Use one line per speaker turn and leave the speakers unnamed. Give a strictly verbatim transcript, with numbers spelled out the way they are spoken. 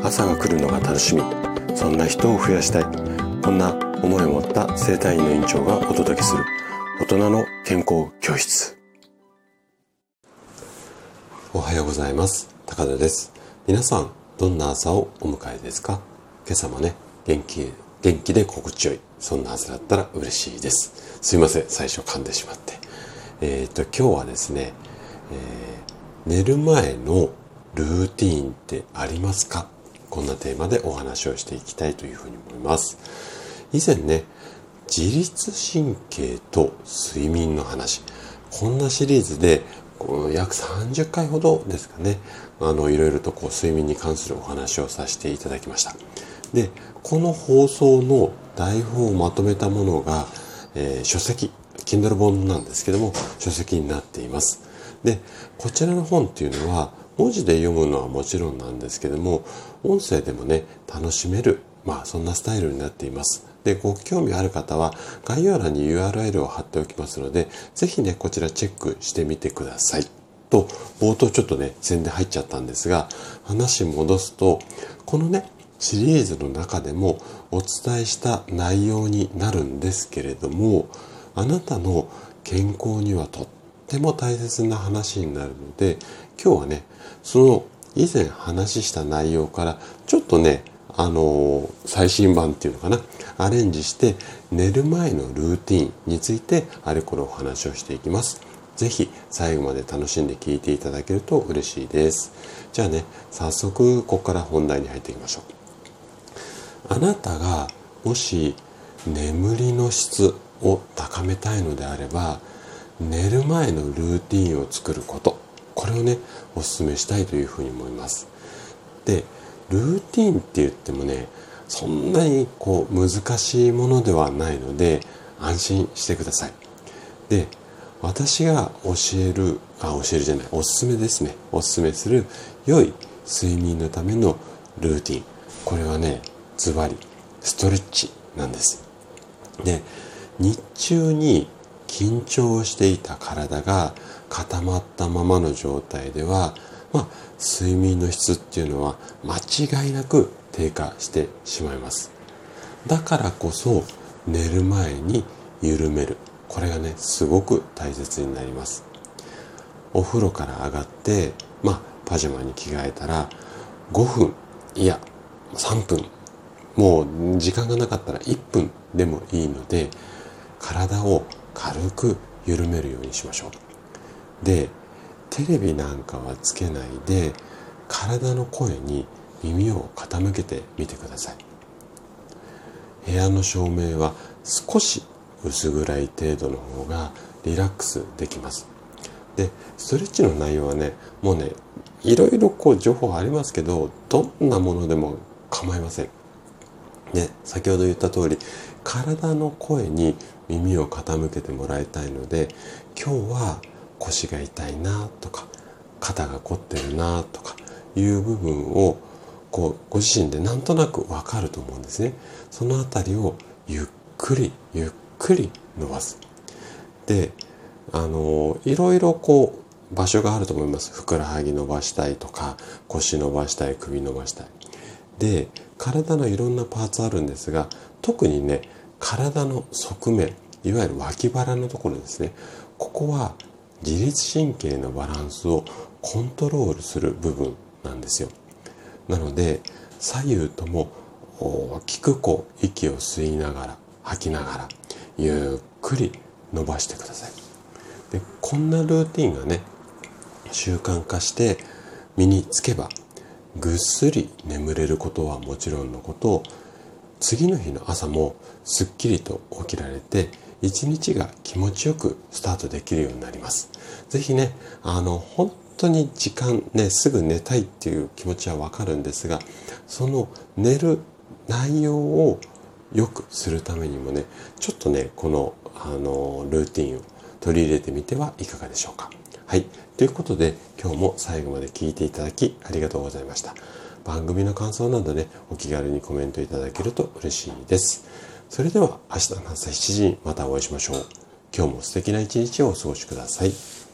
朝が来るのが楽しみ、そんな人を増やしたい、こんな思いを持った整体院の院長がお届けする大人の健康教室。おはようございます。高田です。皆さんどんな朝をお迎えですか？今朝もね元気元気で心地よい、そんな朝だったら嬉しいです。すいません、最初噛んでしまって。えっと今日はですね、えー、寝る前のルーティーンってありますか？こんなテーマでお話をしていきたいというふうに思います。以前ね、自律神経と睡眠の話、こんなシリーズで約さんじゅっかいほどですかね、あのいろいろとこう睡眠に関するお話をさせていただきました。で、この放送の台本をまとめたものが、えー、書籍、Kindle 本なんですけども、書籍になっています。で、こちらの本っていうのは文字で読むのはもちろんなんですけども、音声でもね楽しめる、まあそんなスタイルになっています。で、ご興味ある方は概要欄に ユーアールエル を貼っておきますので、ぜひねこちらチェックしてみてください。と冒頭ちょっとね宣伝入っちゃったんですが、話戻すと、このねシリーズの中でもお伝えした内容になるんですけれども、あなたの健康にはとっても大切な話になるので、今日はねその以前話した内容からちょっとねあの最新版っていうのかな、アレンジして寝る前のルーティンについてあれこれお話をしていきます。ぜひ最後まで楽しんで聞いていただけると嬉しいです。じゃあね、早速ここから本題に入っていきましょう。あなたがもし眠りの質を高めたいのであれば、寝る前のルーティンを作ること、これをねお勧めしたいというふうに思います。で、ルーティンって言ってもね、そんなにこう難しいものではないので安心してください。で、私が教えるあ教えるじゃないおすすめですねおすすめする良い睡眠のためのルーティン、これはねズバリストレッチなんです。で、日中に緊張していた体が固まったままの状態では、まあ、睡眠の質っていうのは間違いなく低下してしまいます。だからこそ寝る前に緩める、これがねすごく大切になります。お風呂から上がって、まあ、パジャマに着替えたらごふん、いやさんぷん、もう時間がなかったらいっぷんでもいいので、体を軽く緩めるようにしましょう。で、テレビなんかはつけないで体の声に耳を傾けてみてください。部屋の照明は少し薄暗い程度の方がリラックスできます。で、ストレッチの内容はね、もうねいろいろこう情報ありますけど、どんなものでも構いません。で、先ほど言った通り、体の声に耳を傾けてもらいたいので、今日は腰が痛いなとか肩が凝ってるなとかいう部分をこうご自身でなんとなくわかると思うんですね。そのあたりをゆっくりゆっくり伸ばす。で、あのいろいろこう場所があると思います。ふくらはぎ伸ばしたいとか、腰伸ばしたい、首伸ばしたい。で、体のいろんなパーツあるんですが、特にね体の側面、いわゆる脇腹のところですね、ここは自律神経のバランスをコントロールする部分なんですよ。なので左右とも大きくこう息を吸いながら吐きながらゆっくり伸ばしてください。で、こんなルーティンがね習慣化して身につけば、ぐっすり眠れることはもちろんのこと、次の日の朝もすっきりと起きられて一日が気持ちよくスタートできるようになります。ぜひね、あの本当に時間ねすぐ寝たいっていう気持ちはわかるんですが、その寝る内容を良くするためにもね、ちょっとねこのあのルーティンを取り入れてみてはいかがでしょうか。はい、ということで今日も最後まで聞いていただきありがとうございました。番組の感想などねお気軽にコメントいただけると嬉しいです。それでは明日の朝しちじにまたお会いしましょう。今日も素敵な一日をお過ごしください。